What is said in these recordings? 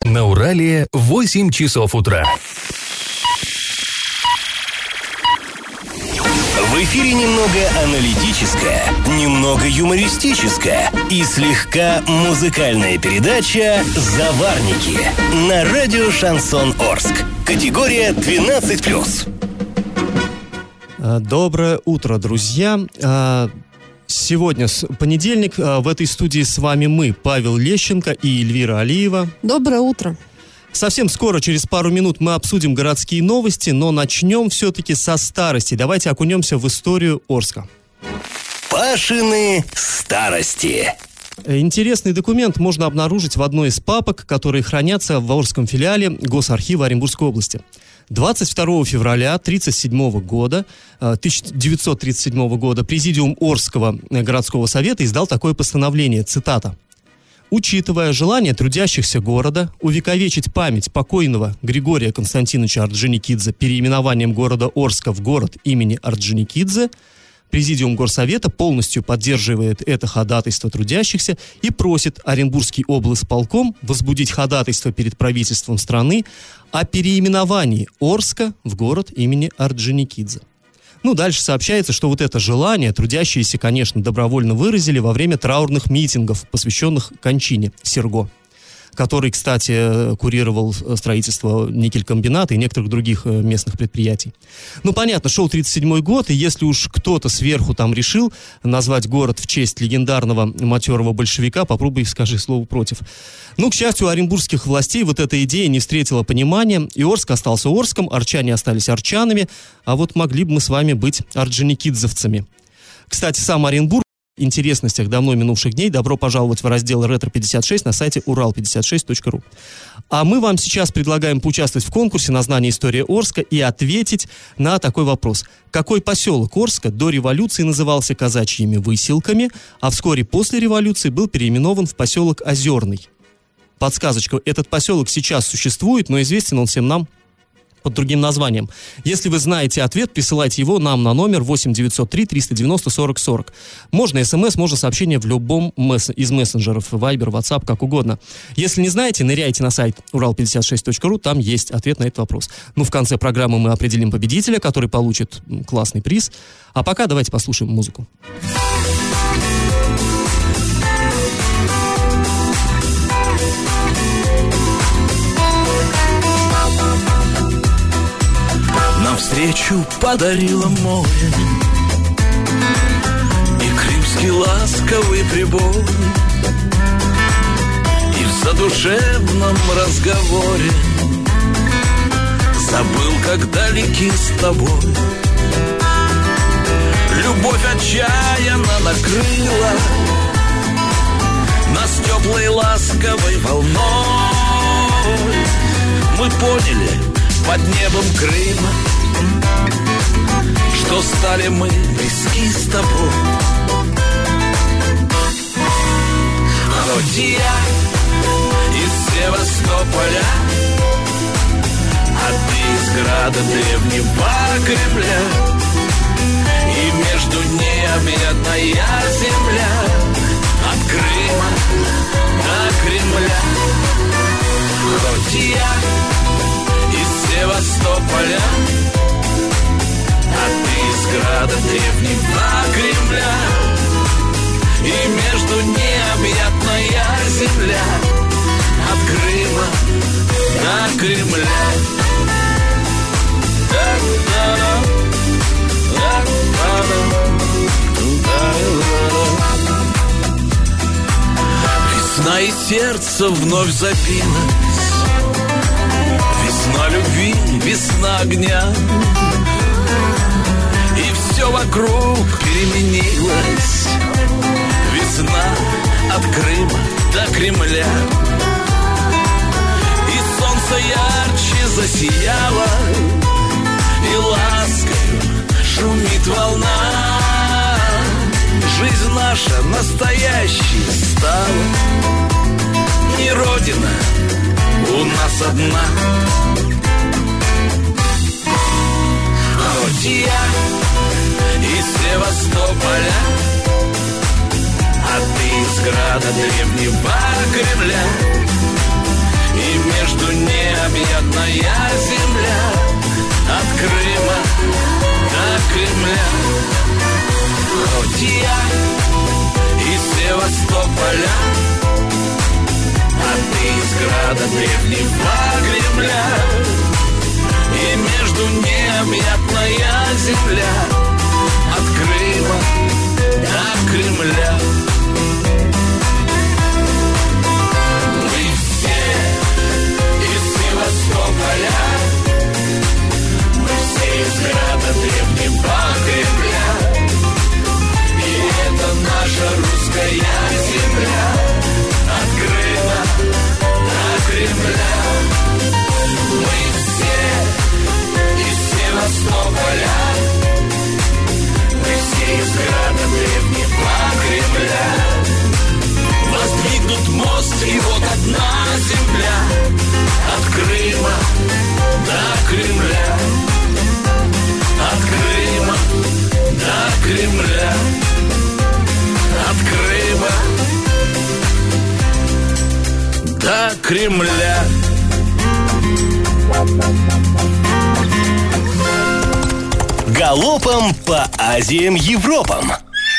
На Урале 8 часов утра. В эфире немного аналитическая, немного юмористическая и слегка музыкальная передача «Заварники» на радио «Шансон Орск». Категория 12+. Доброе утро, друзья. Сегодня понедельник. В этой студии с вами мы, Павел Лещенко и Эльвира Алиева. Доброе утро. Совсем скоро, через пару минут, мы обсудим городские новости, но начнем все-таки со старости. Давайте окунемся в историю Орска. Пашины старости. Интересный документ можно обнаружить в одной из папок, которые хранятся в Орском филиале Госархива Оренбургской области. 22 февраля 1937 года Президиум Орского городского совета издал такое постановление, цитата: «Учитывая желание трудящихся города увековечить память покойного Григория Константиновича Орджоникидзе переименованием города Орска в город имени Орджоникидзе, Президиум Горсовета полностью поддерживает это ходатайство трудящихся и просит Оренбургский облсполком возбудить ходатайство перед правительством страны о переименовании Орска в город имени Орджоникидзе». Дальше сообщается, что вот это желание трудящиеся, конечно, добровольно выразили во время траурных митингов, посвященных кончине Серго, который, кстати, курировал строительство никелькомбината и некоторых других местных предприятий. Понятно, шел 1937 год, и если уж кто-то сверху там решил назвать город в честь легендарного матерого большевика, попробуй скажи слово против. К счастью, у оренбургских властей вот эта идея не встретила понимания, и Орск остался Орском, орчане остались орчанами, а вот могли бы мы с вами быть орджоникидзевцами. Кстати, сам Оренбург в интересностях давно минувших дней добро пожаловать в раздел «Ретро-56» на сайте ural56.ru. А мы вам сейчас предлагаем поучаствовать в конкурсе на знание истории Орска и ответить на такой вопрос. Какой поселок Орска до революции назывался казачьими выселками, а вскоре после революции был переименован в поселок Озерный? Подсказочка, этот поселок сейчас существует, но известен он всем нам под другим названием. Если вы знаете ответ, присылайте его нам на номер 8-903-390-40-40. Можно смс, можно сообщение в любом из мессенджеров, Viber, WhatsApp, как угодно. Если не знаете, ныряйте на сайт ural56.ru, там есть ответ на этот вопрос. В конце программы мы определим победителя, который получит классный приз. А пока давайте послушаем музыку. Навстречу подарила море и крымский ласковый прибой, и в задушевном разговоре забыл, как далеки с тобой. Любовь отчаянно накрыла нас теплой ласковой волной. Мы поняли под небом Крыма, что стали мы близки с тобой. Хоть я из Севастополя, а ты из града древнего Кремля, и между необъятная земля от Крыма до Кремля. Хоть я из Севастополя, а ты из града древнего Кремля, и между необъятная земля от Крыма до Кремля. Весна и сердце вновь забилось, весна любви, весна огня, и все вокруг переменилось. Весна от Крыма до Кремля, и солнце ярче засияло, и ласкою шумит волна. Жизнь наша настоящей стала, не родина у нас одна. Хоть я из Севастополя, а ты из града древнего Кремля, и между необъятная земля, от Крыма до Кремля. Хоть я из Севастополя, а ты из града древнего Кремля, и между необъятная земля, от Крыма до Кремля. Мы все из Севастополя, мы все из града древнего Кремля, и это наша русская земля, от Крыма до Кремля. Мы все из Севастополя, мы все из града древнего Кремля. Воздвигнут мост, и вот одна земля, от Крыма до Кремля, от Крыма до Кремля, от Крыма до Кремля. Галопом по Азиям, Европам.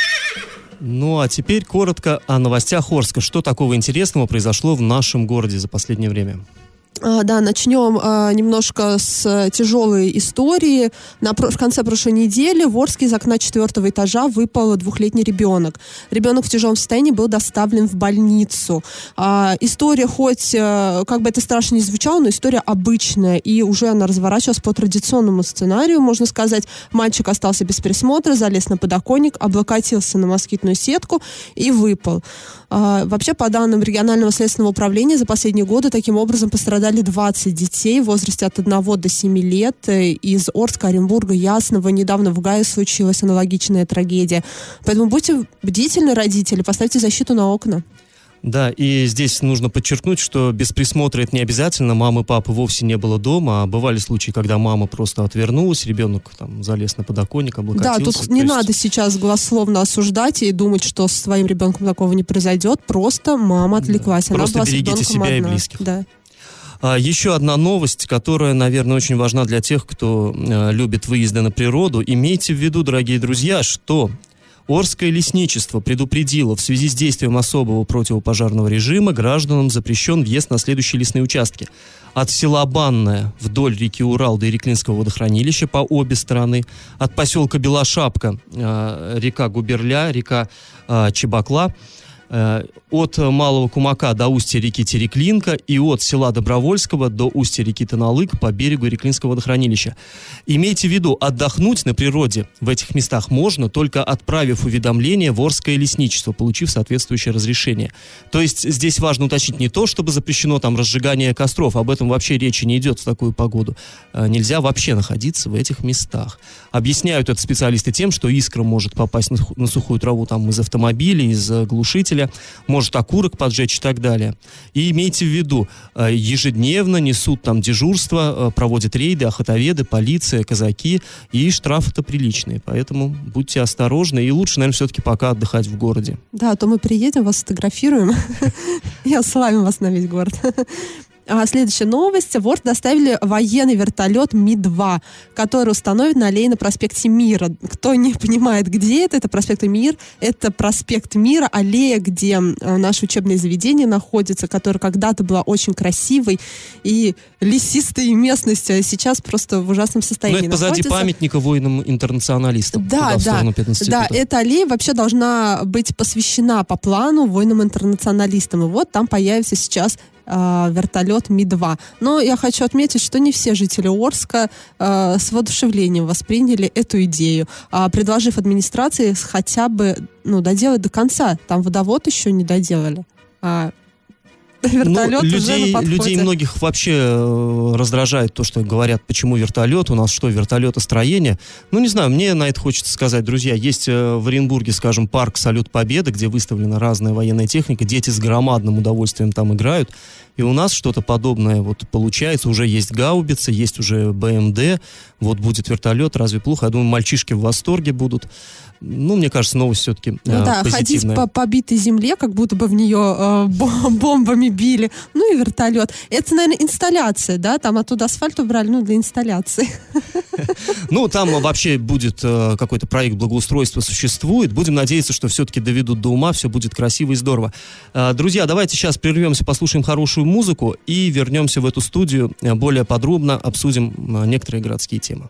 Ну, а теперь коротко о новостях Орска. Что такого интересного произошло в нашем городе за последнее время? Да, начнем немножко с тяжелой истории. В конце прошлой недели в Орске из окна 4-го этажа выпал 2-летний ребенок. Ребенок в тяжелом состоянии был доставлен в больницу. История, хоть как бы это страшно не звучало, но история обычная, и уже она разворачивалась по традиционному сценарию, можно сказать. Мальчик остался без присмотра, залез на подоконник, облокотился на москитную сетку и выпал. Вообще, по данным регионального следственного управления, за последние годы таким образом пострадали 20 детей в возрасте от 1 до 7 лет из Орска, Оренбурга, Ясного. Недавно в Гае случилась аналогичная трагедия. Поэтому будьте бдительны, родители, поставьте защиту на окна. Да, и здесь нужно подчеркнуть, что без присмотра это не обязательно. Мамы, папы вовсе не было дома, а бывали случаи, когда мама просто отвернулась, ребенок там залез на подоконник, облокотился. Да, тут не надо сейчас голословно осуждать и думать, что с твоим ребенком такого не произойдет. Просто мама отвлеклась. Да. Просто берегите себя и близких. Да. Еще одна новость, которая, наверное, очень важна для тех, кто любит выезды на природу. Имейте в виду, дорогие друзья, что Орское лесничество предупредило: в связи с действием особого противопожарного режима гражданам запрещен въезд на следующие лесные участки. От села Банное вдоль реки Урал до Иреклинского водохранилища по обе стороны, от поселка Белошапка, река Губерля, река Чебакла, от Малого Кумака до устья реки Тереклинка и от села Добровольского до устья реки Таналык по берегу Иреклинского водохранилища. Имейте в виду, отдохнуть на природе в этих местах можно, только отправив уведомление в Орское лесничество, получив соответствующее разрешение. То есть здесь важно уточнить не то, чтобы запрещено там разжигание костров, об этом вообще речи не идет в такую погоду. Нельзя вообще находиться в этих местах. Объясняют это специалисты тем, что искра может попасть на сухую траву там из автомобиля, из глушителя, может окурок поджечь и так далее. И имейте в виду, ежедневно несут там дежурство, проводят рейды, охотоведы, полиция, казаки, и штрафы-то приличные. Поэтому будьте осторожны, и лучше, наверное, все-таки пока отдыхать в городе. Да, а то мы приедем, вас сфотографируем и ославим вас на весь город. Следующая новость. В Орск доставили военный вертолет Ми-2, который установлен на аллее на проспекте Мира. Кто не понимает, где это проспект Мир. Это проспект Мира, аллея, где наше учебное заведение находится, которое когда-то была очень красивой и лесистой местностью, а сейчас просто в ужасном состоянии находится. Но это позади памятника воинам-интернационалистам. Да, да, эта аллея вообще должна быть посвящена по плану воинам-интернационалистам. И вот там появится сейчас вертолет Ми-2. Но я хочу отметить, что не все жители Орска с воодушевлением восприняли эту идею, предложив администрации хотя бы доделать до конца. Там водовод еще не доделали. Вертолет уже на подходе. Людей многих вообще раздражает то, что говорят, почему вертолет, у нас что, вертолетостроение. Не знаю, мне на это хочется сказать, друзья, есть в Оренбурге, скажем, парк «Салют Победы», где выставлена разная военная техника, дети с громадным удовольствием там играют. И И у нас что-то подобное вот получается. Уже есть гаубица, есть уже БМД, вот будет вертолет, разве плохо? Я думаю, мальчишки в восторге будут. Ну, мне кажется, новость все-таки ходить позитивная. по побитой земле, как будто бы в нее бомбами били. Ну и вертолет. Это, наверное, инсталляция, да? Там оттуда асфальт убрали, ну, для инсталляции. Ну, там вообще будет какой-то проект благоустройства существует. Будем надеяться, что все-таки доведут до ума, все будет красиво и здорово. Друзья, давайте сейчас прервемся, послушаем хорошую музыку и вернемся в эту студию. Более подробно обсудим некоторые городские темы.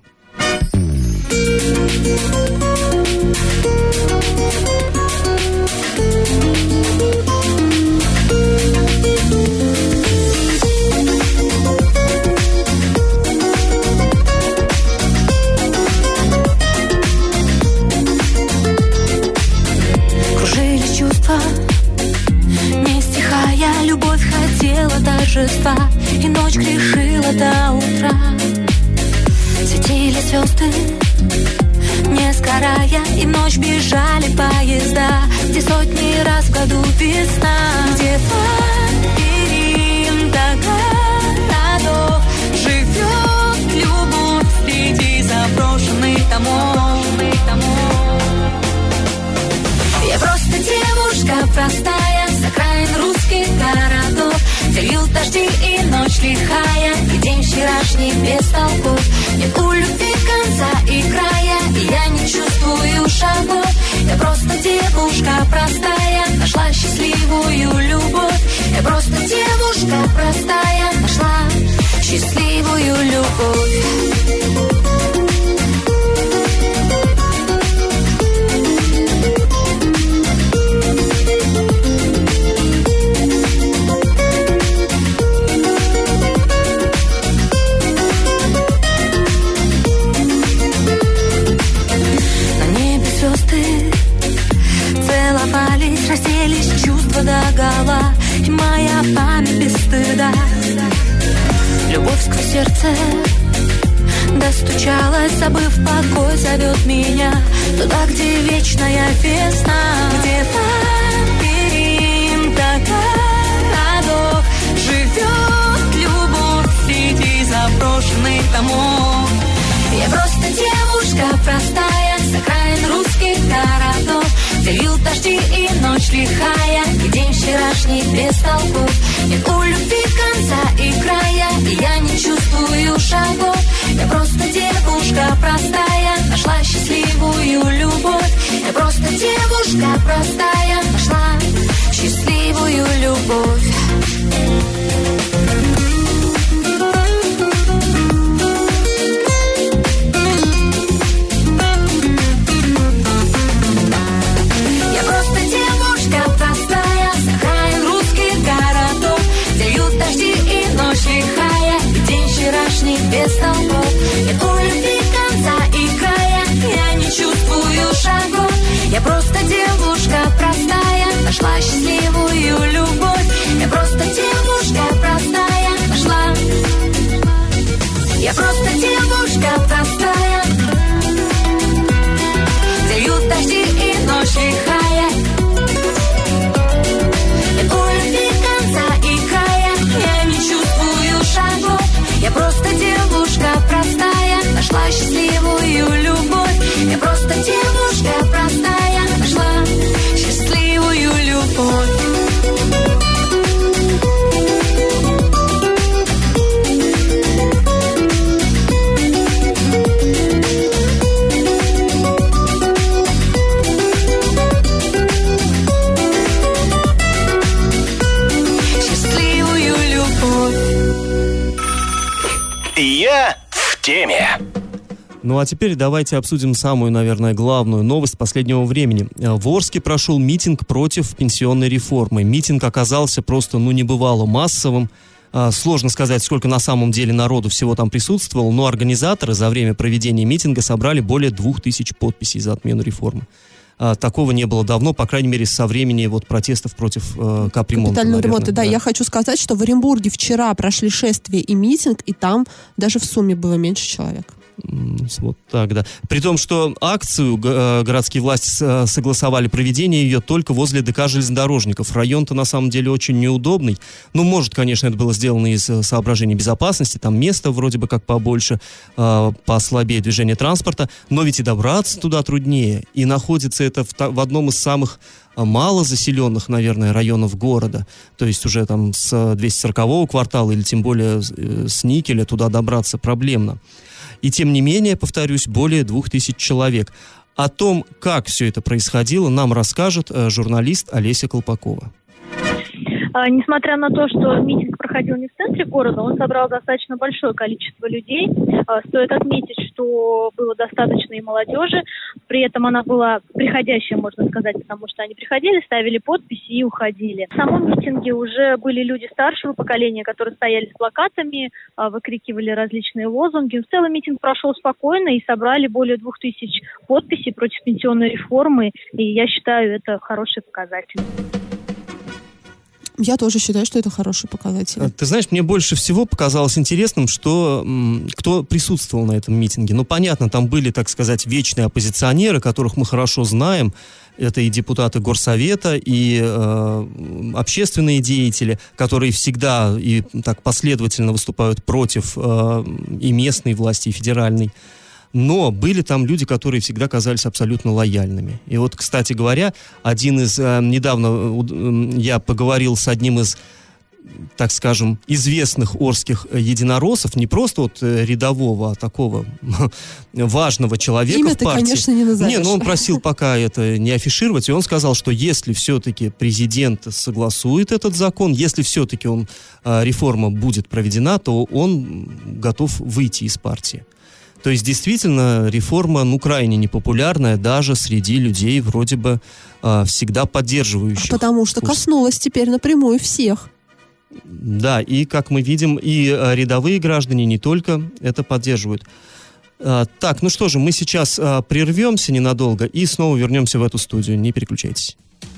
Кружили чувства, не стихая, любовь хотела торжества, и ночь грешила до утра. Светили звезды, не сгорая, и в ночь бежали поезда, где сотни раз в году весна, где лабиринта городов живет любовь среди заброшенных домов. Я просто девушка простая, с окраин русских городов, где льют дожди и ночь лихая, и день вчерашний без толков. Нет у любви конца и края, и я не чувствую шагов. Я просто девушка простая, нашла счастливую любовь. Я просто девушка простая, нашла счастливую любовь. Целовались, разделись чувства догола, и моя память без стыда. Любовь сквозь сердце достучалась, забыв покой, зовет меня туда, где вечная весна, где лабиринта городов живет любовь среди заброшенных домов. Я просто девушка простая, с окраин русских городов, где льют дожди и ночь лихая, и день вчерашний без толков. Нет у любви конца и края, и я не чувствую шагов. Я просто девушка простая, нашла счастливую любовь. Я просто девушка простая, нашла счастливую любовь. Без толков, нет у любви конца и края, я не чувствую шагов. Я просто девушка простая, нашла счастливую любовь. Я просто девушка простая, нашла. Я просто девушка простая, где льют дожди и ночь лихая. Нет у любви конца и края, я не чувствую шагов. Я просто девушка простая, нашла счастливую любовь. Я просто девушка простая, нашла счастливую любовь. Счастливую любовь. Я в теме. Ну а теперь давайте обсудим самую, наверное, главную новость последнего времени. В Орске прошел митинг против пенсионной реформы. Митинг оказался просто, небывало массовым. Сложно сказать, сколько на самом деле народу всего там присутствовало, но организаторы за время проведения митинга собрали более 2000 подписей за отмену реформы. Такого не было давно, по крайней мере, со времени протестов против капремонта. Капитального ремонта, да. Я хочу сказать, что в Оренбурге вчера прошли шествие и митинг, и там даже в сумме было меньше человек. Вот так, да. При том, что акцию городские власти согласовали проведение ее только возле ДК железнодорожников. Район-то на самом деле очень неудобный. Ну, может, конечно, это было сделано из соображений безопасности. Там место вроде бы как побольше, послабее движение транспорта. Но ведь и добраться туда труднее. И находится это в одном из самых малозаселенных, наверное, районов города. То есть уже там с 240-го квартала или тем более с Никеля туда добраться проблемно. И тем не менее, повторюсь, более 2000 человек. О том, как все это происходило, нам расскажет журналист Олеся Колпакова. Несмотря на то, что митинг проходил не в центре города, он собрал достаточно большое количество людей. Стоит отметить, что было достаточно и молодежи. При этом она была приходящая, можно сказать, потому что они приходили, ставили подписи и уходили. В самом митинге уже были люди старшего поколения, которые стояли с плакатами, выкрикивали различные лозунги. В целом митинг прошел спокойно и собрали более 2000 подписей против пенсионной реформы. И я считаю, это хороший показатель. Я тоже считаю, что это хороший показатель. Ты знаешь, мне больше всего показалось интересным, что кто присутствовал на этом митинге. Ну, понятно, там были, так сказать, вечные оппозиционеры, которых мы хорошо знаем. Это и депутаты Горсовета, и общественные деятели, которые всегда и так последовательно выступают против и местной власти, и федеральной. Но были там люди, которые всегда казались абсолютно лояльными. И вот, кстати говоря, недавно я поговорил с одним из, так скажем, известных орских единороссов, не просто вот рядового, а такого важного человека Имя в партии. Имя ты, конечно, не назовешь. Не, но он просил пока это не афишировать, и он сказал, что если все-таки президент согласует этот закон, если все-таки реформа будет проведена, то он готов выйти из партии. То есть, действительно, реформа, крайне непопулярная даже среди людей, вроде бы, всегда поддерживающих. Потому что коснулась теперь напрямую всех. Да, и, как мы видим, и рядовые граждане не только это поддерживают. Так, ну что же, мы сейчас прервемся ненадолго и снова вернемся в эту студию. Не переключайтесь.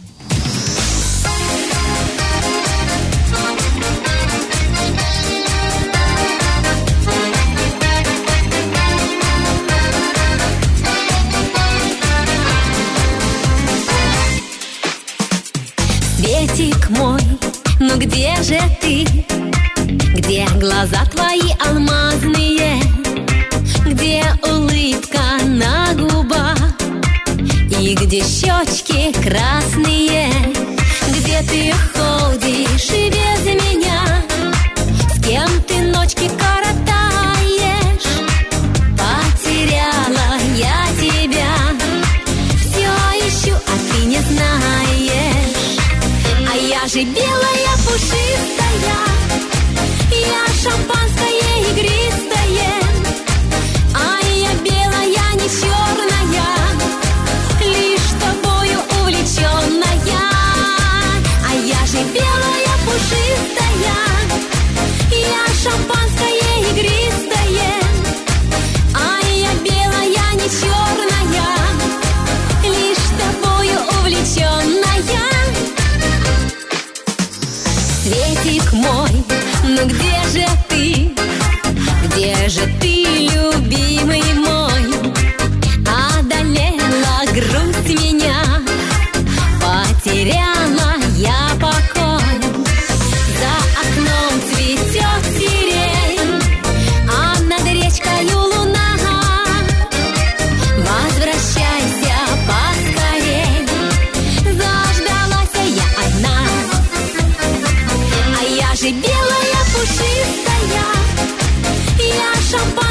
Светик мой, ну где же ты? Где глаза твои алмазные? Где улыбка на губах? И где щечки красные? Где ты ходишь и без меня? С кем ты ночки коротаешь? Потеряла я тебя. Все ищу, а ты не знаешь. А я же белая, пушистая, я шампанское игристое. А я белая, не черная, лишь тобою увлеченная. А я же белая, пушистая, я шампанское игристое. А я белая, не черная, лишь тобою увлеченная. Светик мой, ну где же ты? Где же ты, любимый мой? Одолела грусть меня, потеряла я покой. За окном цветет сирень, а над речкою луна. Возвращайся поскорей, заждалась я одна. А я же белая, пушистая, я шампанское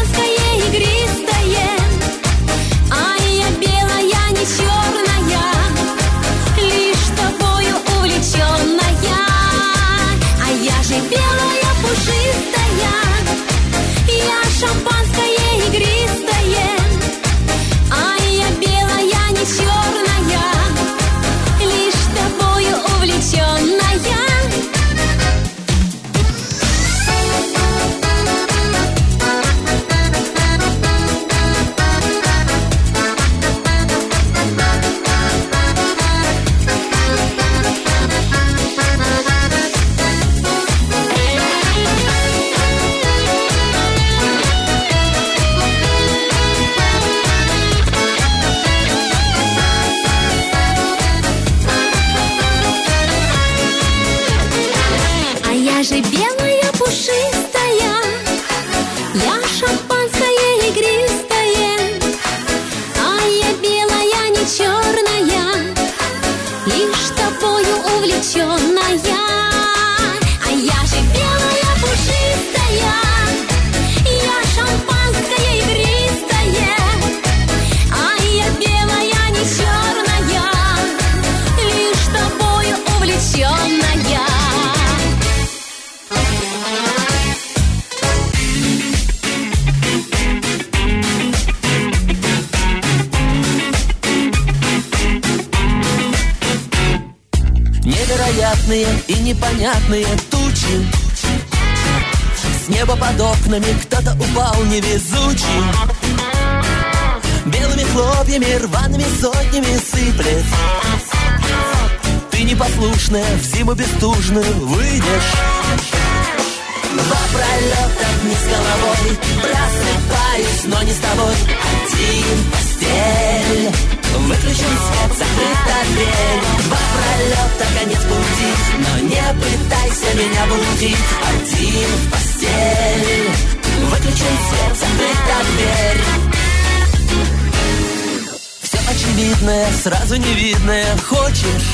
приятные и непонятные тучи. С неба под окнами кто-то упал невезучий. Белыми хлопьями, рваными сотнями сыплет. Ты непослушная, в зиму бестужную выйдешь. Два пролета вниз головой, просыпаюсь, но не с тобой. Один постель, выключен свет, закрыта дверь. Два пролета, конец пути, но не пытайся меня будить. Один в постель, выключен свет, закрыта дверь. Все очевидное, сразу невидное хочешь.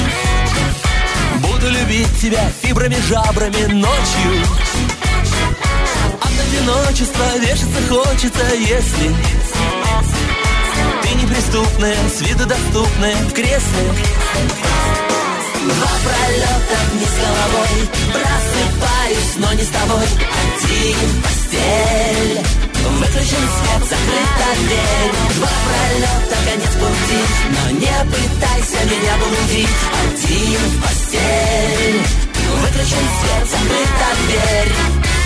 Буду любить тебя фибрами, жабрами ночью. От одиночества вешаться хочется, если ты неприступная, с виду доступная в кресле. Два пролета вниз головой, просыпаюсь, но не с тобой. Один постель, выключен свет, закрыта дверь. Два пролета, конец пути, но не пытайся меня будить. Один в постель, выключен свет, закрыта дверь.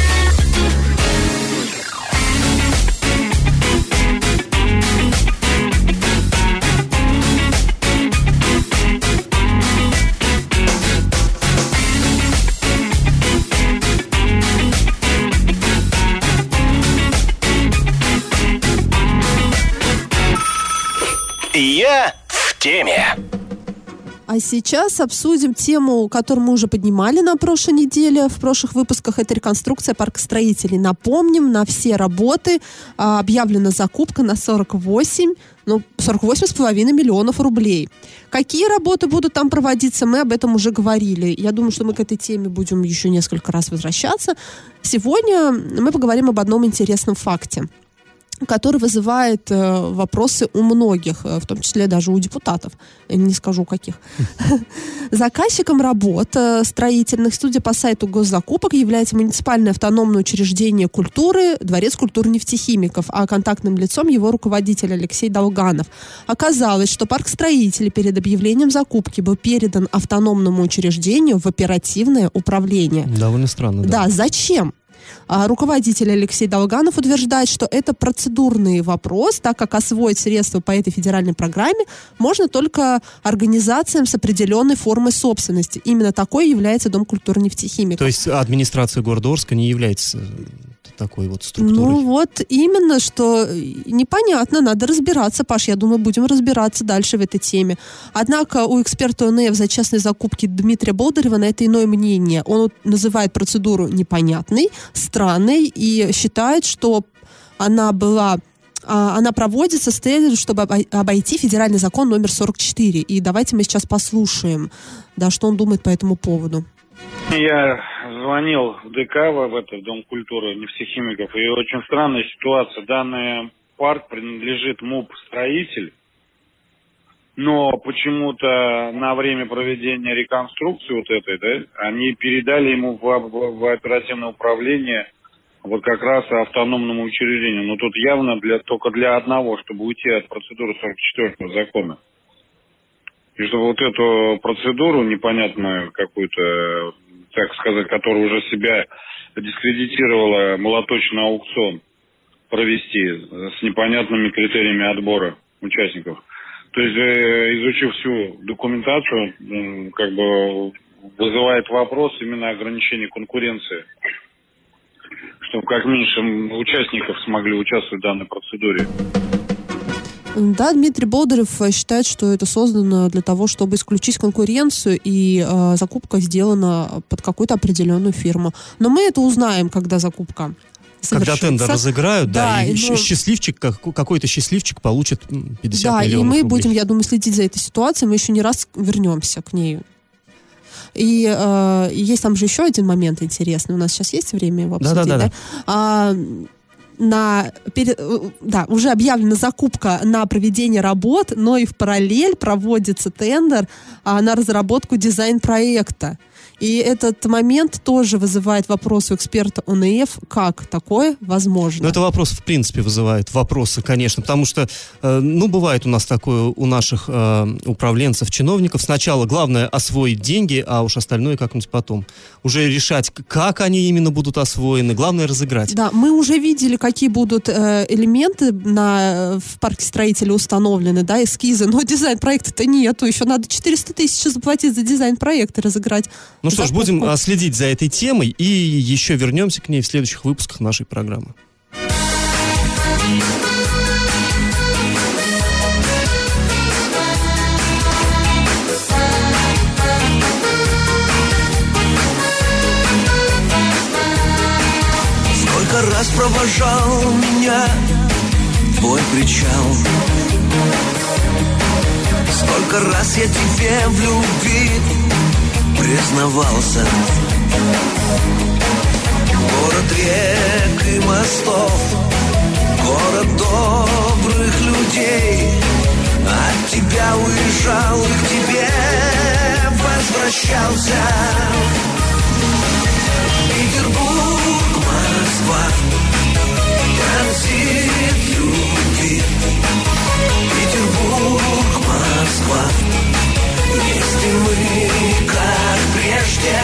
Я в теме. А сейчас обсудим тему, которую мы уже поднимали на прошлой неделе, в прошлых выпусках. Это реконструкция паркостроителей. Напомним, на все работы объявлена закупка на 48,5 миллионов рублей. Какие работы будут там проводиться, мы об этом уже говорили. Я думаю, что мы к этой теме будем еще несколько раз возвращаться. Сегодня мы поговорим об одном интересном факте, который вызывает вопросы у многих, в том числе даже у депутатов. Не скажу, каких. Заказчиком работ строительных, судя по сайту госзакупок, является муниципальное автономное учреждение культуры «Дворец культуры нефтехимиков», а контактным лицом его руководитель Алексей Долганов. Оказалось, что паркстроитель перед объявлением закупки был передан автономному учреждению в оперативное управление. Довольно странно. Да, зачем? Руководитель Алексей Долганов утверждает, что это процедурный вопрос, так как освоить средства по этой федеральной программе можно только организациям с определенной формой собственности. Именно такой является Дом культуры нефтехимиков. То есть администрация города Орска не является такой вот структурой? Ну вот именно, что непонятно, надо разбираться, Паш, я думаю, будем разбираться дальше в этой теме. Однако у эксперта ОНФ за частные закупки Дмитрия Болдырева на это иное мнение. Он называет процедуру непонятной, странной и считает, что она проводится с целью, чтобы обойти федеральный закон номер 44. И давайте мы сейчас послушаем, да, что он думает по этому поводу. Я звонил в ДК, в Дом культуры нефтехимиков, и очень странная ситуация. Данный парк принадлежит МУП «Строитель», но почему-то на время проведения реконструкции вот этой, да, они передали ему в оперативное управление вот как раз автономному учреждению. Но тут явно только для одного, чтобы уйти от процедуры 44-го закона. И чтобы вот эту процедуру непонятную какую-то, так сказать, которая уже себя дискредитировала, молоточный аукцион провести с непонятными критериями отбора участников. То есть, изучив всю документацию, как бы вызывает вопрос именно ограничения конкуренции, чтобы как меньше участников смогли участвовать в данной процедуре. Да, Дмитрий Болдырев считает, что это создано для того, чтобы исключить конкуренцию, и закупка сделана под какую-то определенную фирму. Но мы это узнаем, когда закупка совершится. Когда тендер разыграют, да, и счастливчик, какой-то счастливчик получит 50 миллионов да, рублей. Да, и мы будем, я думаю, следить за этой ситуацией, мы еще не раз вернемся к ней. И есть там же еще один момент интересный. У нас сейчас есть время его обсудить, да? Уже объявлена закупка на проведение работ, но и в параллель проводится тендер на разработку дизайн-проекта. И этот момент тоже вызывает вопрос у эксперта ОНФ, как такое возможно. Ну, это вопрос, в принципе, вызывает вопросы, конечно, потому что, бывает у нас такое, у наших управленцев, чиновников, сначала главное освоить деньги, а уж остальное как-нибудь потом. Уже решать, как они именно будут освоены, главное разыграть. Да, мы уже видели, какие будут элементы в парке строителей установлены, да, эскизы, но дизайн-проекта-то нету, еще надо 400 тысяч заплатить за дизайн-проект и разыграть. Ну что ж, будем следить за этой темой и еще вернемся к ней в следующих выпусках нашей программы. Сколько раз провожал меня твой причал, сколько раз я тебе в любви признавался. Город рек и мостов, город добрых людей. От тебя уезжал и к тебе возвращался. Петербург, Москва, транзит любви. Петербург, Москва, вместе мы, как прежде,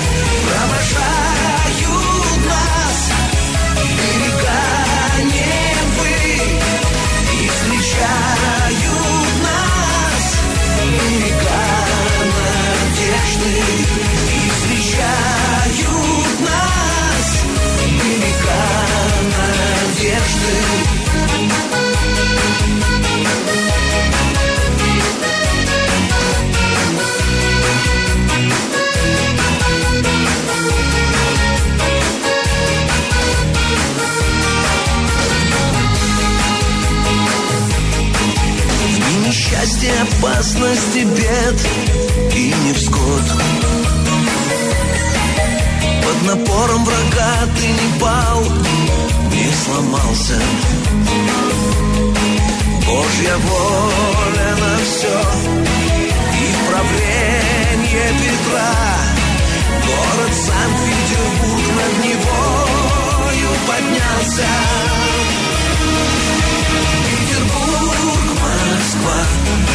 провожают нас берега Невы и встречают нас берега надежды и встречают нас берега надежды. Счастье, опасности, бед и невзгод. Под напором врага ты не пал, не сломался. Божья воля на все и в правление Петра. Город Санкт-Петербург над Невою поднялся. Петербург, Москва,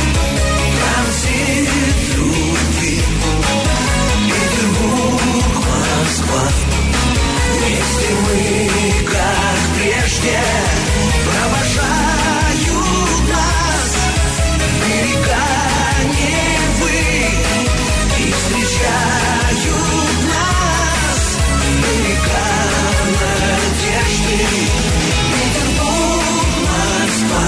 транзит любви. Петербург, Москва, вместе мы, как прежде, провожают нас берега Невы и встречают нас берега надежды. Петербург, Москва,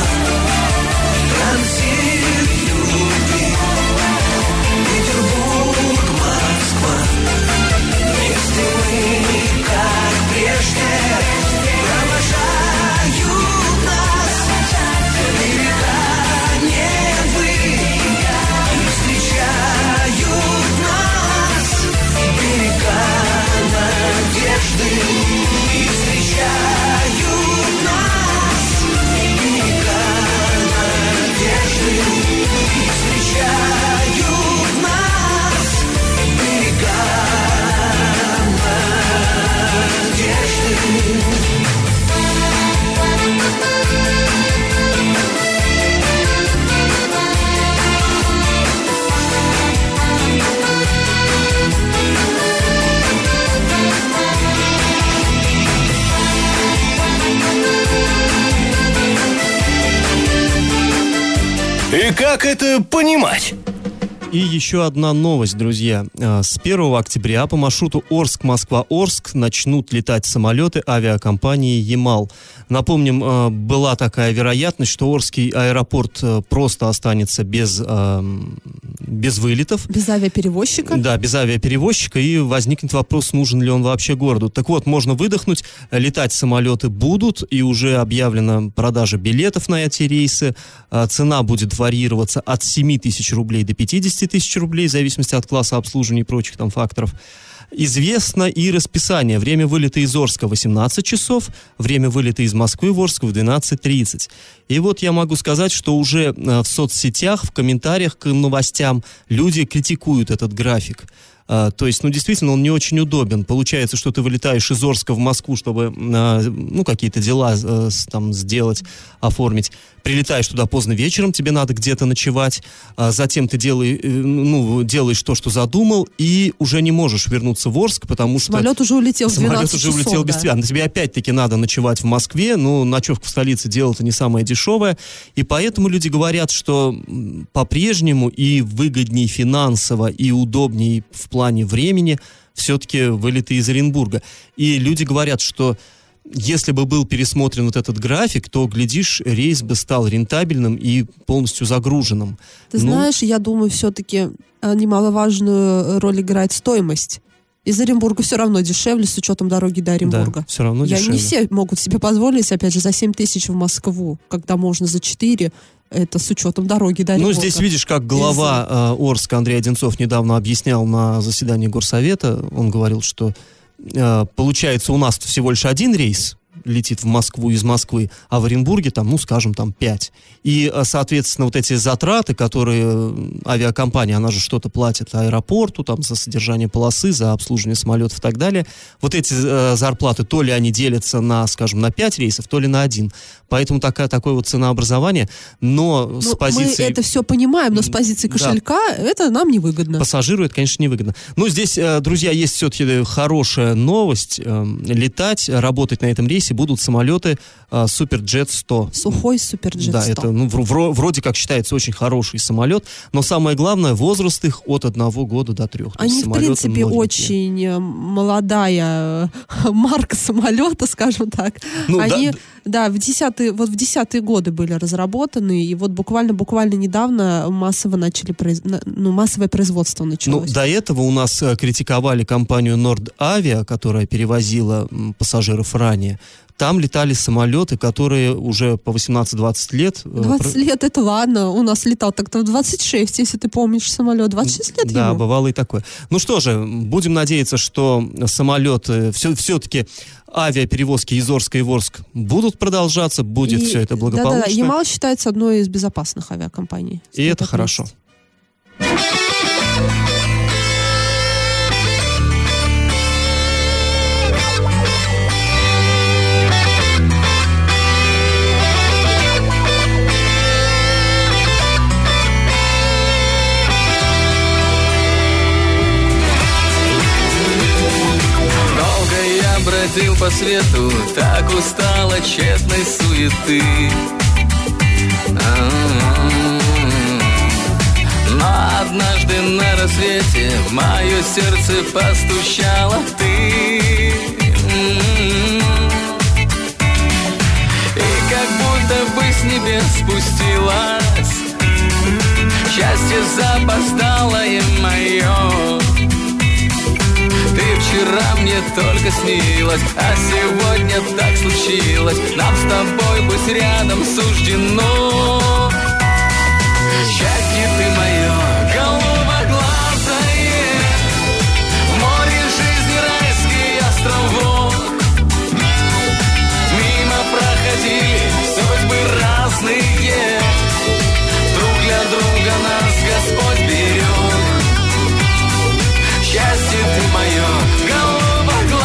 транзит любви. Петербург, Москва, вместе мы, как прежде, провожают нас берега Невы и встречают нас берега надежды и встречают нас берега надежды и встречают нас берега надежды. И как это понимать? И еще одна новость, друзья. С 1 октября по маршруту Орск-Москва-Орск начнут летать самолеты авиакомпании «Ямал». Напомним, была такая вероятность, что Орский аэропорт просто останется без вылетов. Без авиаперевозчика? Да, без авиаперевозчика, и возникнет вопрос, нужен ли он вообще городу. Так вот, можно выдохнуть, летать самолеты будут, и уже объявлена продажа билетов на эти рейсы. Цена будет варьироваться от 7 тысяч рублей до 50 тысяч рублей, в зависимости от класса обслуживания и прочих там факторов. Известно и расписание. Время вылета из Орска 18 часов, время вылета из Москвы в Орск в 12:30. И вот я могу сказать, что уже в соцсетях, в комментариях к новостям люди критикуют этот график. То есть, действительно, он не очень удобен. Получается, что ты вылетаешь из Орска в Москву, чтобы, какие-то дела там сделать, оформить. Прилетаешь туда поздно вечером, тебе надо где-то ночевать, затем ты делаешь то, что задумал, и уже не можешь вернуться в Орск, потому что... Самолет уже улетел в 12 часов. Самолет уже улетел без тебя. Но тебе опять-таки надо ночевать в Москве, ночевка в столице дело-то не самое дешевое, и поэтому люди говорят, что по-прежнему и выгоднее финансово, и удобнее в плане времени все-таки вылеты из Оренбурга. И люди говорят, что если бы был пересмотрен вот этот график, то, глядишь, рейс бы стал рентабельным и полностью загруженным. Ты знаешь, я думаю, все-таки немаловажную роль играет стоимость. Из Оренбурга все равно дешевле, с учетом дороги до Оренбурга. Да, все равно дешевле. Не все могут себе позволить, опять же, за 7 тысяч в Москву, когда можно за 4, это с учетом дороги до Оренбурга. Здесь видишь, как глава Орска Андрей Одинцов недавно объяснял на заседании Горсовета, он говорил, что получается, у нас всего лишь один рейс летит в Москву из Москвы, а в Оренбурге там, 5. И, соответственно, вот эти затраты, которые авиакомпания, она же что-то платит аэропорту, там, за содержание полосы, за обслуживание самолетов и так далее, вот эти зарплаты, то ли они делятся на, скажем, на 5 рейсов, то ли на 1. Поэтому такое вот ценообразование, но с позиции... Мы это все понимаем, но с позиции кошелька это нам невыгодно. Пассажиру это, конечно, невыгодно. Но здесь, друзья, есть все-таки хорошая новость. Летать, работать на этом рейсе будут самолеты Суперджет 100. Сухой Суперджет 100. Да, это вроде как считается очень хороший самолет, но самое главное, возраст их от 1 года до 3. Они, в принципе, очень молодая марка самолета, скажем так. Они, в 10-е годы были разработаны, и вот буквально недавно массовое производство началось. До этого у нас критиковали компанию Нордавиа, которая перевозила пассажиров ранее. Там летали самолеты, которые уже по 18-20 лет... 20 лет, это ладно. У нас летал так-то в 26, если ты помнишь самолет. 26 лет Да, ему. бывало и такое. Что же, будем надеяться, что самолеты, все-таки авиаперевозки из Орска и в Орск будут продолжаться, будет все это благополучно. Да, Ямал считается одной из безопасных авиакомпаний. И это хорошо. Бродил по свету, так устал от тщетной суеты. Но однажды на рассвете в мое сердце постучала ты. И как будто бы с небес спустилась счастье запоздалое мое. Ты вчера мне только снилась, а сегодня так случилось. Нам с тобой быть рядом суждено. Счастье ты мое, голубоглазое, в море жизни райский островок. Мимо проходили судьбы разные, друг для друга нас Господь берег. Счастье ты мое, голубоглазое,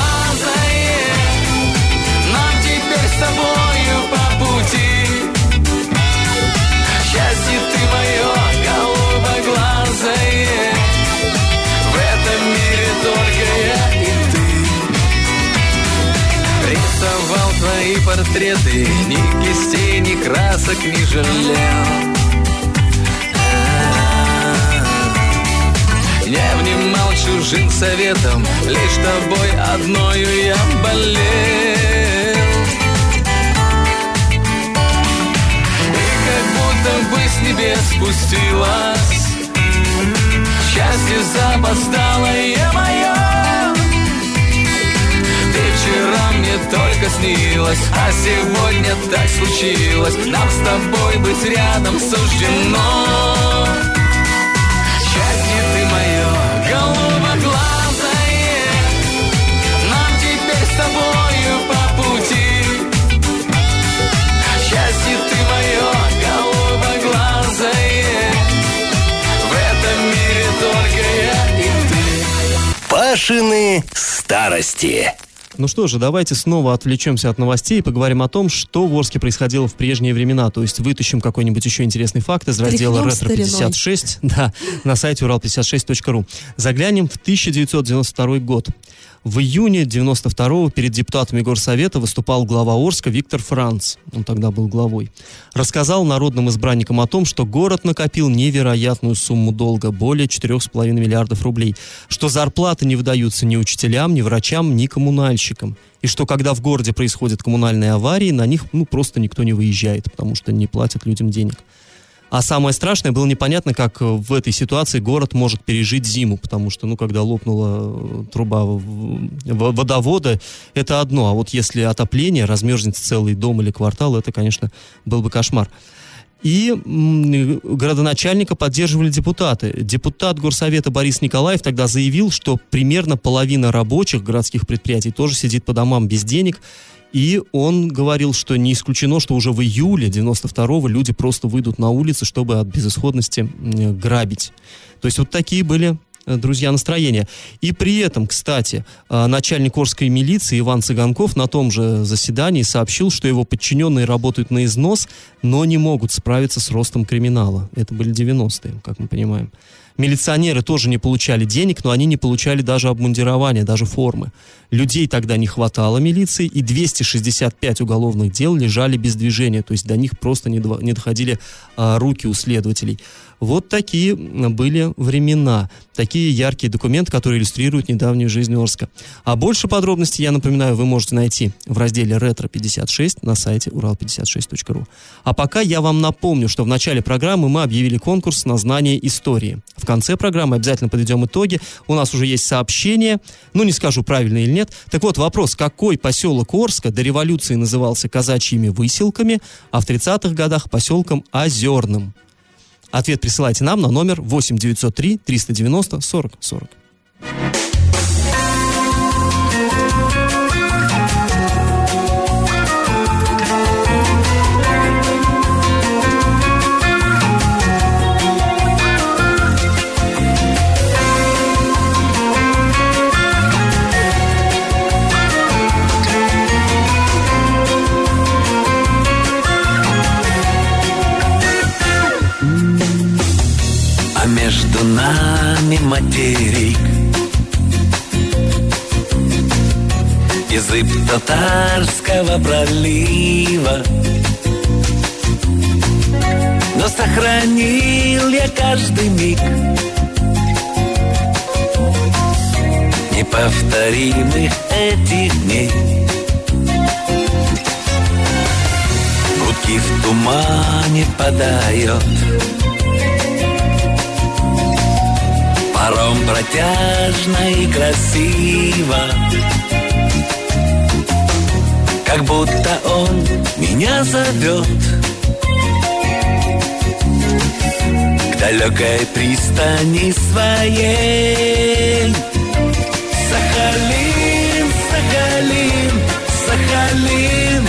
нам теперь с тобою по пути. Счастье ты мое, голубоглазое, в этом мире только я и ты. Рисовал твои портреты, ни кистей, ни красок не жалел. Не внимал чужим советам, лишь тобой одною я болел. И как будто бы с небес спустилась счастье запоздалое мое. Ты вчера мне только снилась, а сегодня так случилось. Нам с тобой быть рядом суждено. Счастье ты мое, голубоглазое, нам теперь с тобою по пути. Счастье ты мое, голубоглазое, в этом мире только я и ты. Машины старости. Ну что же, давайте снова отвлечемся от новостей и поговорим о том, что в Орске происходило в прежние времена. То есть вытащим какой-нибудь еще интересный факт из раздела «Ретро-56» на сайте урал56.ру. Заглянем в 1992 год. В июне 92-го перед депутатами Горсовета выступал глава Орска Виктор Франц. Он тогда был главой. Рассказал народным избранникам о том, что город накопил невероятную сумму долга, более 4,5 миллиардов рублей, что зарплаты не выдаются ни учителям, ни врачам, ни коммунальщикам. И что когда в городе происходят коммунальные аварии, на них просто никто не выезжает, потому что не платят людям денег. А самое страшное, было непонятно, как в этой ситуации город может пережить зиму, потому что, когда лопнула труба водовода, это одно, а вот если отопление, размерзнется целый дом или квартал, это, конечно, был бы кошмар. И городоначальника поддерживали депутаты. Депутат Горсовета Борис Николаев тогда заявил, что примерно половина рабочих городских предприятий тоже сидит по домам без денег. И он говорил, что не исключено, что уже в июле 92-го люди просто выйдут на улицы, чтобы от безысходности грабить. То есть вот такие были, друзья, настроения. И при этом, кстати, начальник Орской милиции Иван Цыганков на том же заседании сообщил, что его подчиненные работают на износ, но не могут справиться с ростом криминала. Это были 90-е, как мы понимаем. Милиционеры тоже не получали денег, но они не получали даже обмундирования, даже формы. Людей тогда не хватало милиции, и 265 уголовных дел лежали без движения, то есть до них просто не доходили руки у следователей. Вот такие были времена, такие яркие документы, которые иллюстрируют недавнюю жизнь Орска. А больше подробностей, я напоминаю, вы можете найти в разделе «Ретро-56» на сайте урал56.ру. А пока я вам напомню, что в начале программы мы объявили конкурс на знание истории. В конце программы обязательно подведем итоги. У нас уже есть сообщение, не скажу, правильно или нет. Так вот, вопрос: какой поселок Орска до революции назывался казачьими выселками, а в 30-х годах поселком Озерным? Ответ присылайте нам на номер 8 903 390 40 40. Между нами материк, изыб Татарского пролива, но сохранил я каждый миг неповторимых этих дней. Гудки в тумане подает паром протяжно и красиво, как будто он меня зовет к далекой пристани своей. Сахалин, Сахалин, Сахалин,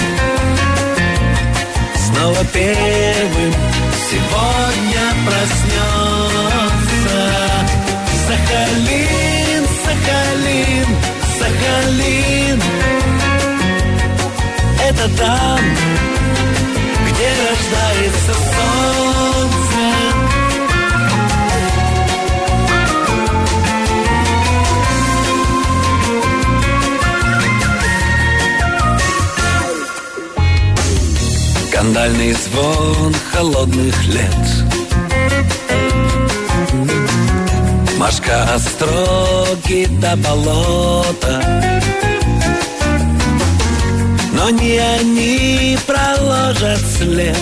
снова первым сегодня проснется. Сахалин, Сахалин, Сахалин, это там, где рождается солнце. Кандальный звон холодных лет, Машка остроги до болота, но не они проложат след,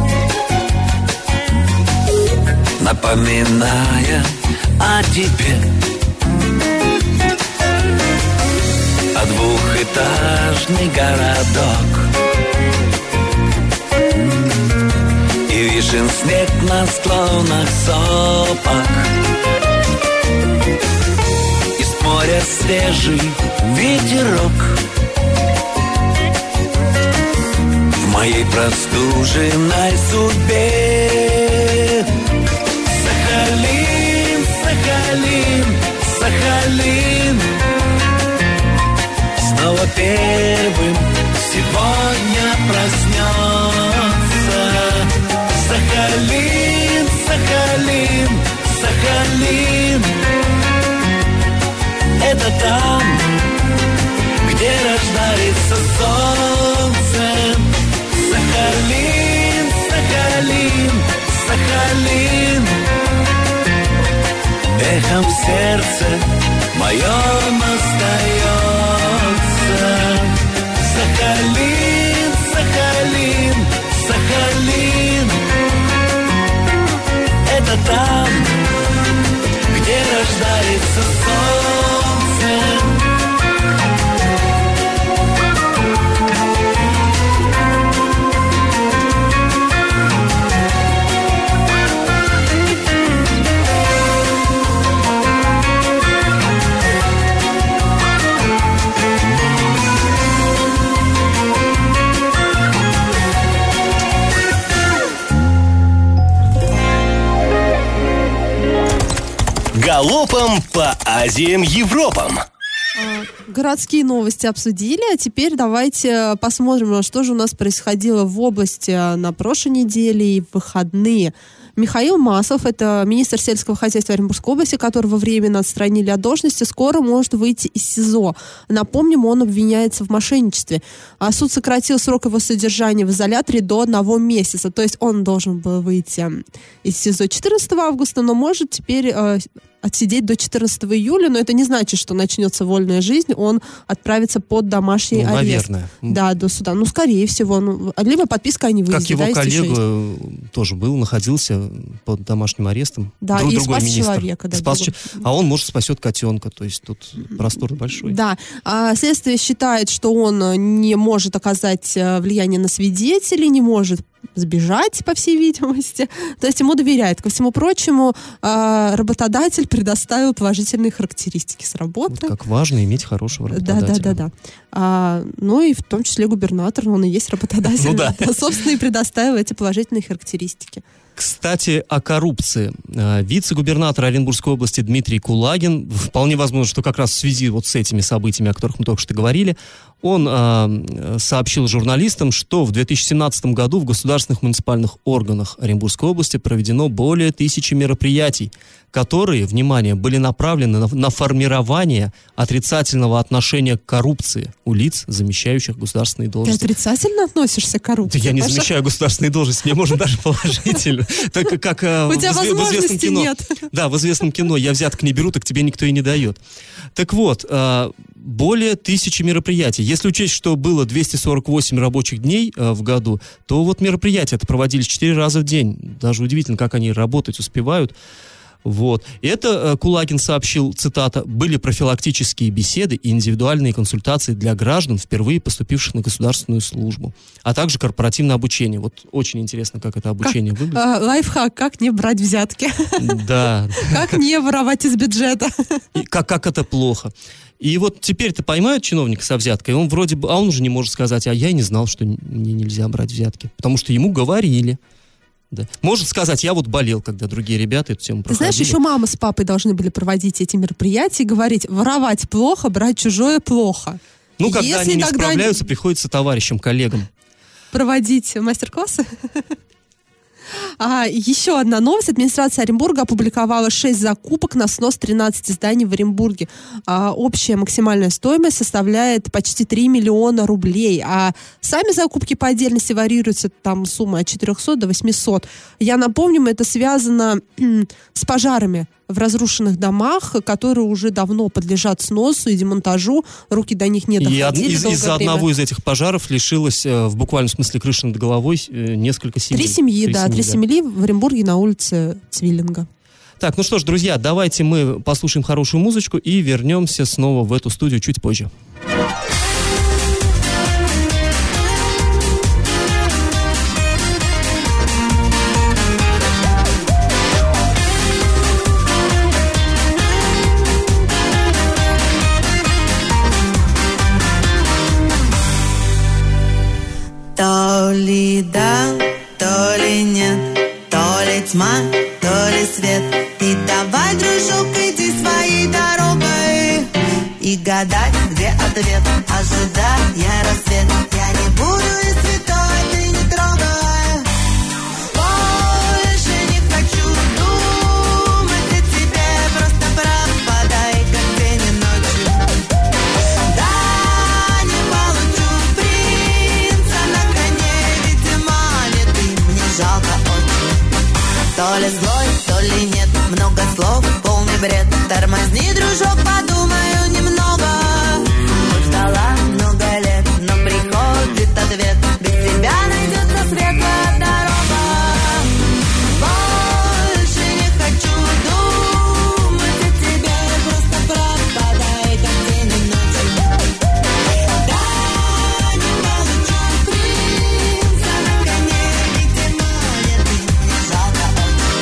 напоминая о тебе. А двухэтажный городок и вишен снег на склонах сопок, из моря свежий ветерок. В моей простуженной судьбе Сахалин, Сахалин, Сахалин, снова первым сегодня проснется. Сахалин, Сахалин, Сахалин, это там, где рождается солнце. Сахалин, Сахалин, Сахалин, эхом в сердце моем остается. Сахалин, Сахалин, Сахалин, это там, где рождается солнце. Галопом по Азиям, Европам. Городские новости обсудили, а теперь давайте посмотрим, что же у нас происходило в области на прошлой неделе и в выходные. Михаил Маслов, это министр сельского хозяйства Оренбургской области, которого временно отстранили от должности, скоро может выйти из СИЗО. Напомним, он обвиняется в мошенничестве. А суд сократил срок его содержания в изоляторе до 1 месяца. То есть он должен был выйти из СИЗО 14 августа, но может теперь отсидеть до 14 июля, но это не значит, что начнется вольная жизнь, он отправится под домашний арест. Наверное. Да, до суда. Ну, скорее всего. Либо подписка о невыезде. Как его коллега тоже находился под домашним арестом. Да, и спас человека. Да, а он, может, спасет котенка. То есть тут простор большой. Да. Следствие считает, что он не может оказать влияние на свидетелей, не может сбежать, по всей видимости. То есть ему доверяет. Ко всему прочему, работодатель предоставил положительные характеристики с работы. Вот как важно иметь хорошего работодателя. Да. Ну и в том числе губернатор, он и есть работодатель. Ну да. Собственно, и предоставил эти положительные характеристики. Кстати, о коррупции. Вице-губернатор Оренбургской области Дмитрий Кулагин, вполне возможно, что как раз в связи вот с этими событиями, о которых мы только что говорили, он сообщил журналистам, что в 2017 году в государственных муниципальных органах Оренбургской области проведено более 1000 мероприятий, которые, внимание, были направлены на формирование отрицательного отношения к коррупции у лиц, замещающих государственные должности. Ты отрицательно относишься к коррупции? Да я не замещаю государственные должности, мне можно даже положительно. Так как у тебя возможности нет. Да, в известном кино «Я взяток не беру, так тебе никто и не дает». Так вот, более 1000 мероприятий. Если учесть, что было 248 рабочих дней в году, то вот мероприятия-то проводились 4 раза в день. Даже удивительно, как они работать успевают. Вот. И это Кулагин сообщил, цитата, «были профилактические беседы и индивидуальные консультации для граждан, впервые поступивших на государственную службу, а также корпоративное обучение». Вот очень интересно, как это обучение выглядит. Лайфхак, как не брать взятки. Да. Как не воровать из бюджета. И как это плохо. И вот теперь-то поймают чиновника со взяткой, он вроде бы, он уже не может сказать, а я и не знал, что мне нельзя брать взятки, потому что ему говорили. Да. Может сказать, я вот болел, когда другие ребята эту тему проходили. Ты знаешь, еще мама с папой должны были проводить эти мероприятия и говорить, воровать плохо, брать чужое плохо. Ну, когда они не справляются, приходится товарищам, коллегам проводить мастер-классы. Еще одна новость. Администрация Оренбурга опубликовала 6 закупок на снос 13 зданий в Оренбурге. Общая максимальная стоимость составляет почти 3 миллиона рублей. А сами закупки по отдельности варьируются, там сумма от 400 до 800. Я напомню, это связано с пожарами в разрушенных домах, которые уже давно подлежат сносу и демонтажу, руки до них не доходили. И из-за одного из этих пожаров лишилось в буквальном смысле крыши над головой несколько семей. 3 семьи в Оренбурге на улице Цвиллинга. Так, ну что ж, друзья, давайте мы послушаем хорошую музычку и вернемся снова в эту студию чуть позже. То ли да, то ли нет, то ли тьма, то ли свет. И давай, дружок, иди своей дорогой. И гадать, где ответ, ожидая рассвет. Я не буду и святой, ты не трогай. Больше не хочу думать о тебе, просто пропадай, как день и ночью. Да, не получу принца на коне, видимо, не ты, мне жалко очень. То ли злой, то ли нет, много слов, полный бред. Тормозни, дружок, подумаю немного. Вот ждала много лет, но приходит ответ. Без тебя найдется светлая дорога. Больше не хочу думать о тебе, просто пропадай, как день и ночь. Да, не получу принца на коне, видимо, не ты, мне жалко очень.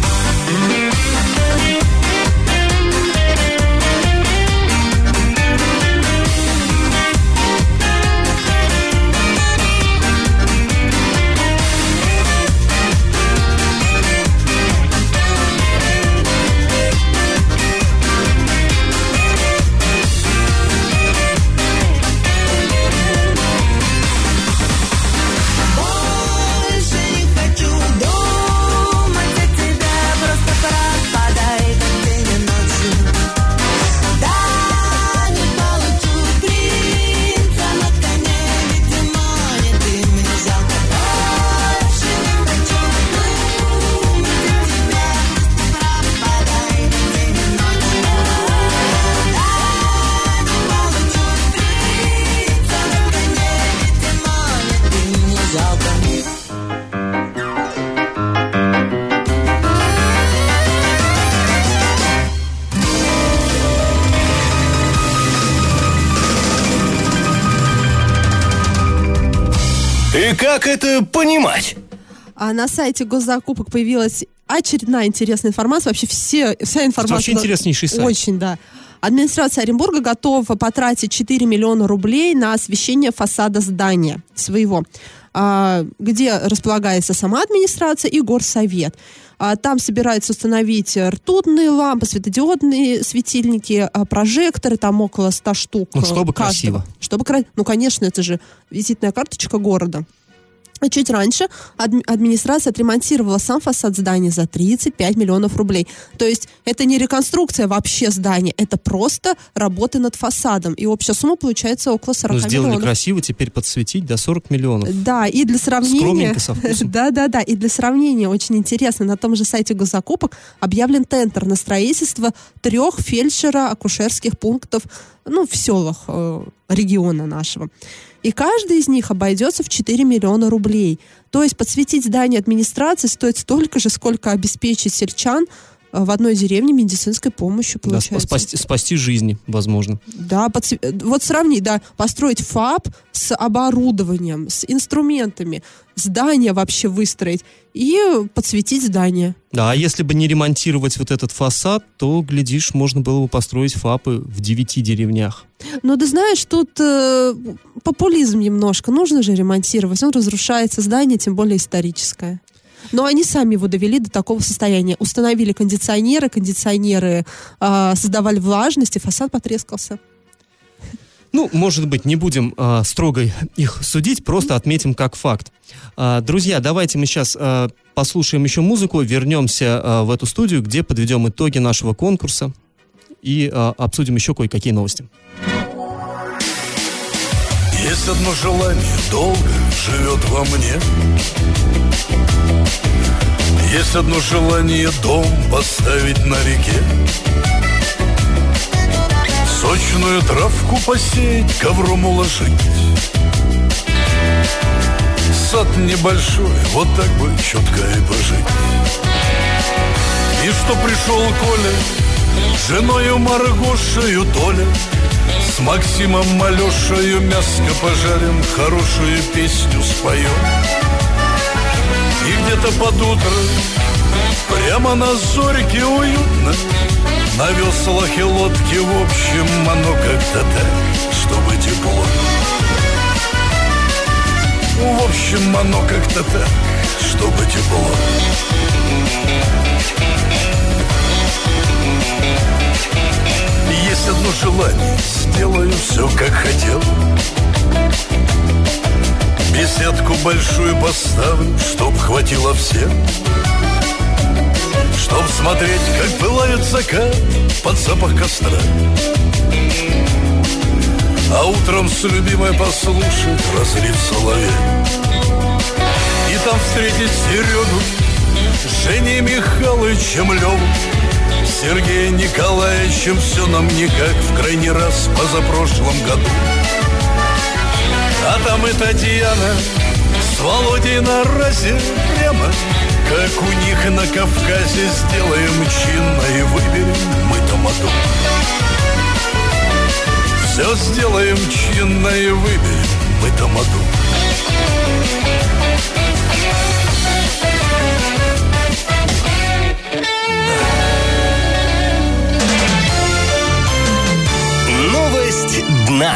Больше не хочу думать о тебе, просто пропадай, как день и ночью. Да, не получу принца на коне, видимо, не ты, мне жалко. Больше не хочу думать о тебе, просто пропадай, как день и ночью. Да, не получу принца на коне, видимо, не ты, мне жалко. И как это понимать? А на сайте госзакупок появилась очередная интересная информация. Вообще вся информация... вообще интереснейший сайт. Очень, да. Администрация Оренбурга готова потратить 4 миллиона рублей на освещение фасада здания своего, где располагается сама администрация и горсовет. Там собираются установить ртутные лампы, светодиодные светильники, прожекторы, там около 100 штук. Ну, чтобы каждого. красиво. Ну, конечно, это же визитная карточка города. Чуть раньше администрация отремонтировала сам фасад здания за 35 миллионов рублей. То есть это не реконструкция вообще здания, это просто работы над фасадом. И общая сумма получается около 40 миллионов. Сделали красиво, теперь подсветить до 40 миллионов. Да, и для сравнения... Скромненько, со вкусом. Да. И для сравнения, очень интересно, на том же сайте госзакупок объявлен тендер на строительство 3 фельдшера-акушерских пунктов, в селах региона нашего. И каждый из них обойдется в 4 миллиона рублей. То есть подсветить здание администрации стоит столько же, сколько обеспечить сельчан в одной деревне медицинской помощью, получается. Да, спасти жизни, возможно. Да, вот сравни, построить ФАП с оборудованием, с инструментами, здание вообще выстроить и подсветить здание. Да, а если бы не ремонтировать вот этот фасад, то, глядишь, можно было бы построить ФАПы в 9 деревнях. Ну, ты знаешь, тут популизм немножко. Нужно же ремонтировать. Он разрушается, здание, тем более историческое. Но они сами его довели до такого состояния. Установили кондиционеры создавали влажность, и фасад потрескался. Может быть, не будем строго их судить, просто отметим как факт. Друзья, давайте мы сейчас послушаем еще музыку, вернемся в эту студию, где подведем итоги нашего конкурса и обсудим еще кое-какие новости. Есть одно желание, долго живет во мне. Есть одно желание, дом поставить на реке. Сочную травку посеять, ковром уложить. Сад небольшой, вот так бы чутко и пожить. И что пришел Коля, с женою Маргошею Толя, с Максимом Алешею мяско пожарим, хорошую песню споем. И где-то под утро, прямо на зорьке уютно, на веслах и лодке, в общем, оно как-то так, чтобы тепло. В общем, оно как-то так, чтобы тепло. Есть одно желание, сделаю все, как хотел. Беседку большую поставлю, чтоб хватило всем. Чтоб смотреть, как пылает закат под запах костра. А утром с любимой послушать разлив соловей. И там встретить Серегу, Женей Михайловичем Леву, Сергеем Николаевичем, все нам никак в крайний раз позапрошлом году. А там и Татьяна с Володей на разе прямо, как у них на Кавказе, сделаем чинно и выберем мы тамаду. Все сделаем чинно и выберем мы тамаду. Новость дна.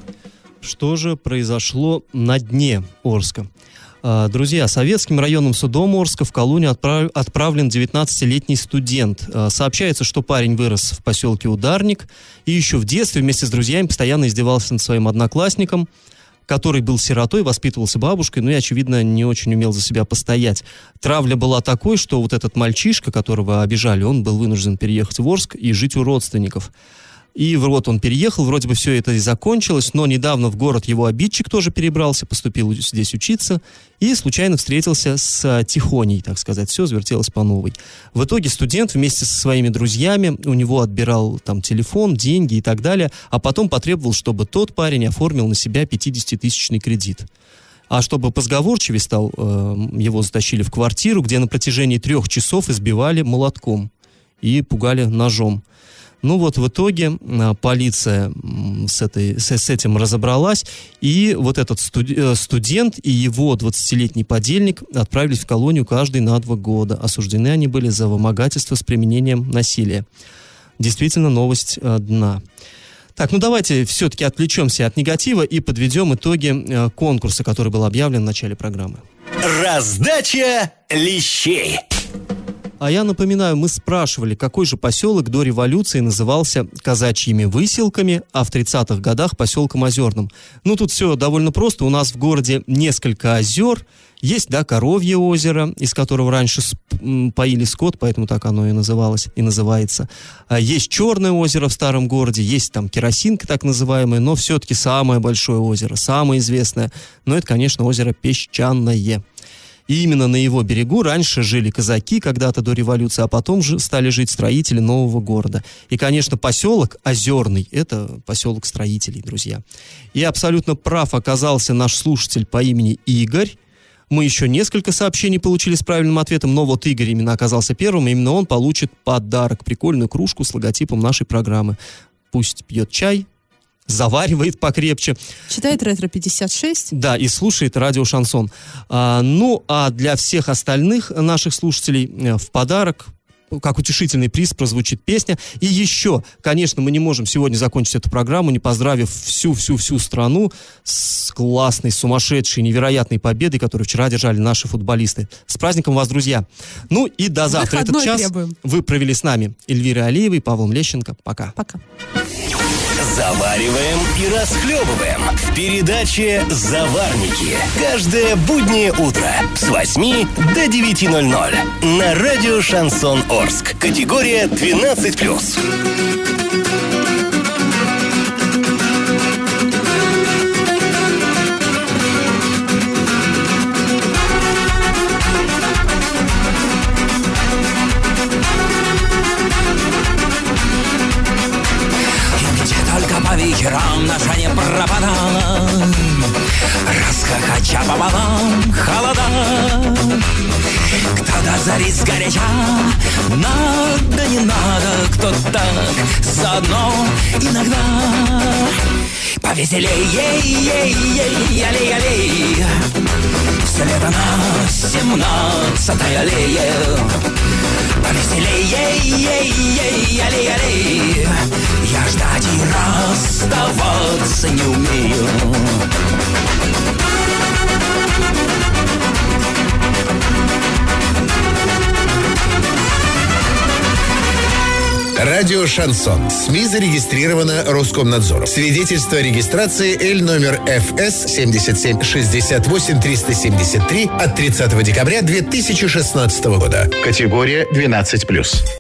Что же произошло на дне Орска? Друзья, Советским районным судом Орска в колонию отправлен 19-летний студент. Сообщается, что парень вырос в поселке Ударник и еще в детстве вместе с друзьями постоянно издевался над своим одноклассником, который был сиротой, воспитывался бабушкой, но и, очевидно, не очень умел за себя постоять. Травля была такой, что вот этот мальчишка, которого обижали, он был вынужден переехать в Орск и жить у родственников. И вот он переехал, вроде бы все это и закончилось, но недавно в город его обидчик тоже перебрался, поступил здесь учиться и случайно встретился с Тихоней, так сказать, все завертелось по новой. В итоге студент вместе со своими друзьями у него отбирал там телефон, деньги и так далее, а потом потребовал, чтобы тот парень оформил на себя 50-тысячный кредит. А чтобы позговорчивее стал, его затащили в квартиру, где на протяжении 3 часов избивали молотком и пугали ножом. Ну вот в итоге полиция с этим разобралась, и вот этот студент и его 20-летний подельник отправились в колонию каждый на 2 года. Осуждены они были за вымогательство с применением насилия. Действительно, новость дна. Так, ну давайте все-таки отвлечемся от негатива и подведем итоги конкурса, который был объявлен в начале программы. Раздача лещей. А я напоминаю, мы спрашивали, какой же поселок до революции назывался Казачьими Выселками, а в 30-х годах поселком Озерным. Ну, тут все довольно просто. У нас в городе несколько озер. Есть, да, Коровье озеро, из которого раньше поили скот, поэтому так оно и называлось, и называется. Есть Черное озеро в старом городе, есть там Керосинка так называемая, но все-таки самое большое озеро, самое известное. Но это, конечно, озеро Песчаное. И именно на его берегу раньше жили казаки когда-то до революции, а потом же стали жить строители нового города. И, конечно, поселок Озерный – это поселок строителей, друзья. И абсолютно прав оказался наш слушатель по имени Игорь. Мы еще несколько сообщений получили с правильным ответом, но вот Игорь именно оказался первым, и именно он получит подарок – прикольную кружку с логотипом нашей программы. Пусть пьет чай, заваривает покрепче. Читает «Ретро-56». Да, и слушает радио «Шансон». Ну, а для всех остальных наших слушателей в подарок, как утешительный приз, прозвучит песня. И еще, конечно, мы не можем сегодня закончить эту программу, не поздравив всю страну с классной, сумасшедшей, невероятной победой, которую вчера одержали наши футболисты. С праздником вас, друзья! Ну и до завтра. Этот час требуем. Вы провели с нами Эльвирой Алиевой, Павлом Лещенко. Пока. Пока. Завариваем и расхлебываем в передаче «Заварники». Каждое буднее утро с 8 до 9:00 на радио «Шансон Орск». Категория 12+. По вечерам наша не пропадала, расхохоча пополам холода. Кто до зари сгоряча, надо, не надо, кто так заодно иногда. Повеселей, ей, аллей, вслед на 17-й аллее. Повеселей, ей, аллей, я ждать и расставаться не умею. Радио «Шансон». СМИ зарегистрировано Роскомнадзором. Свидетельство о регистрации Л номер ФС 7768-373 от 30 декабря 2016 года. Категория 12+.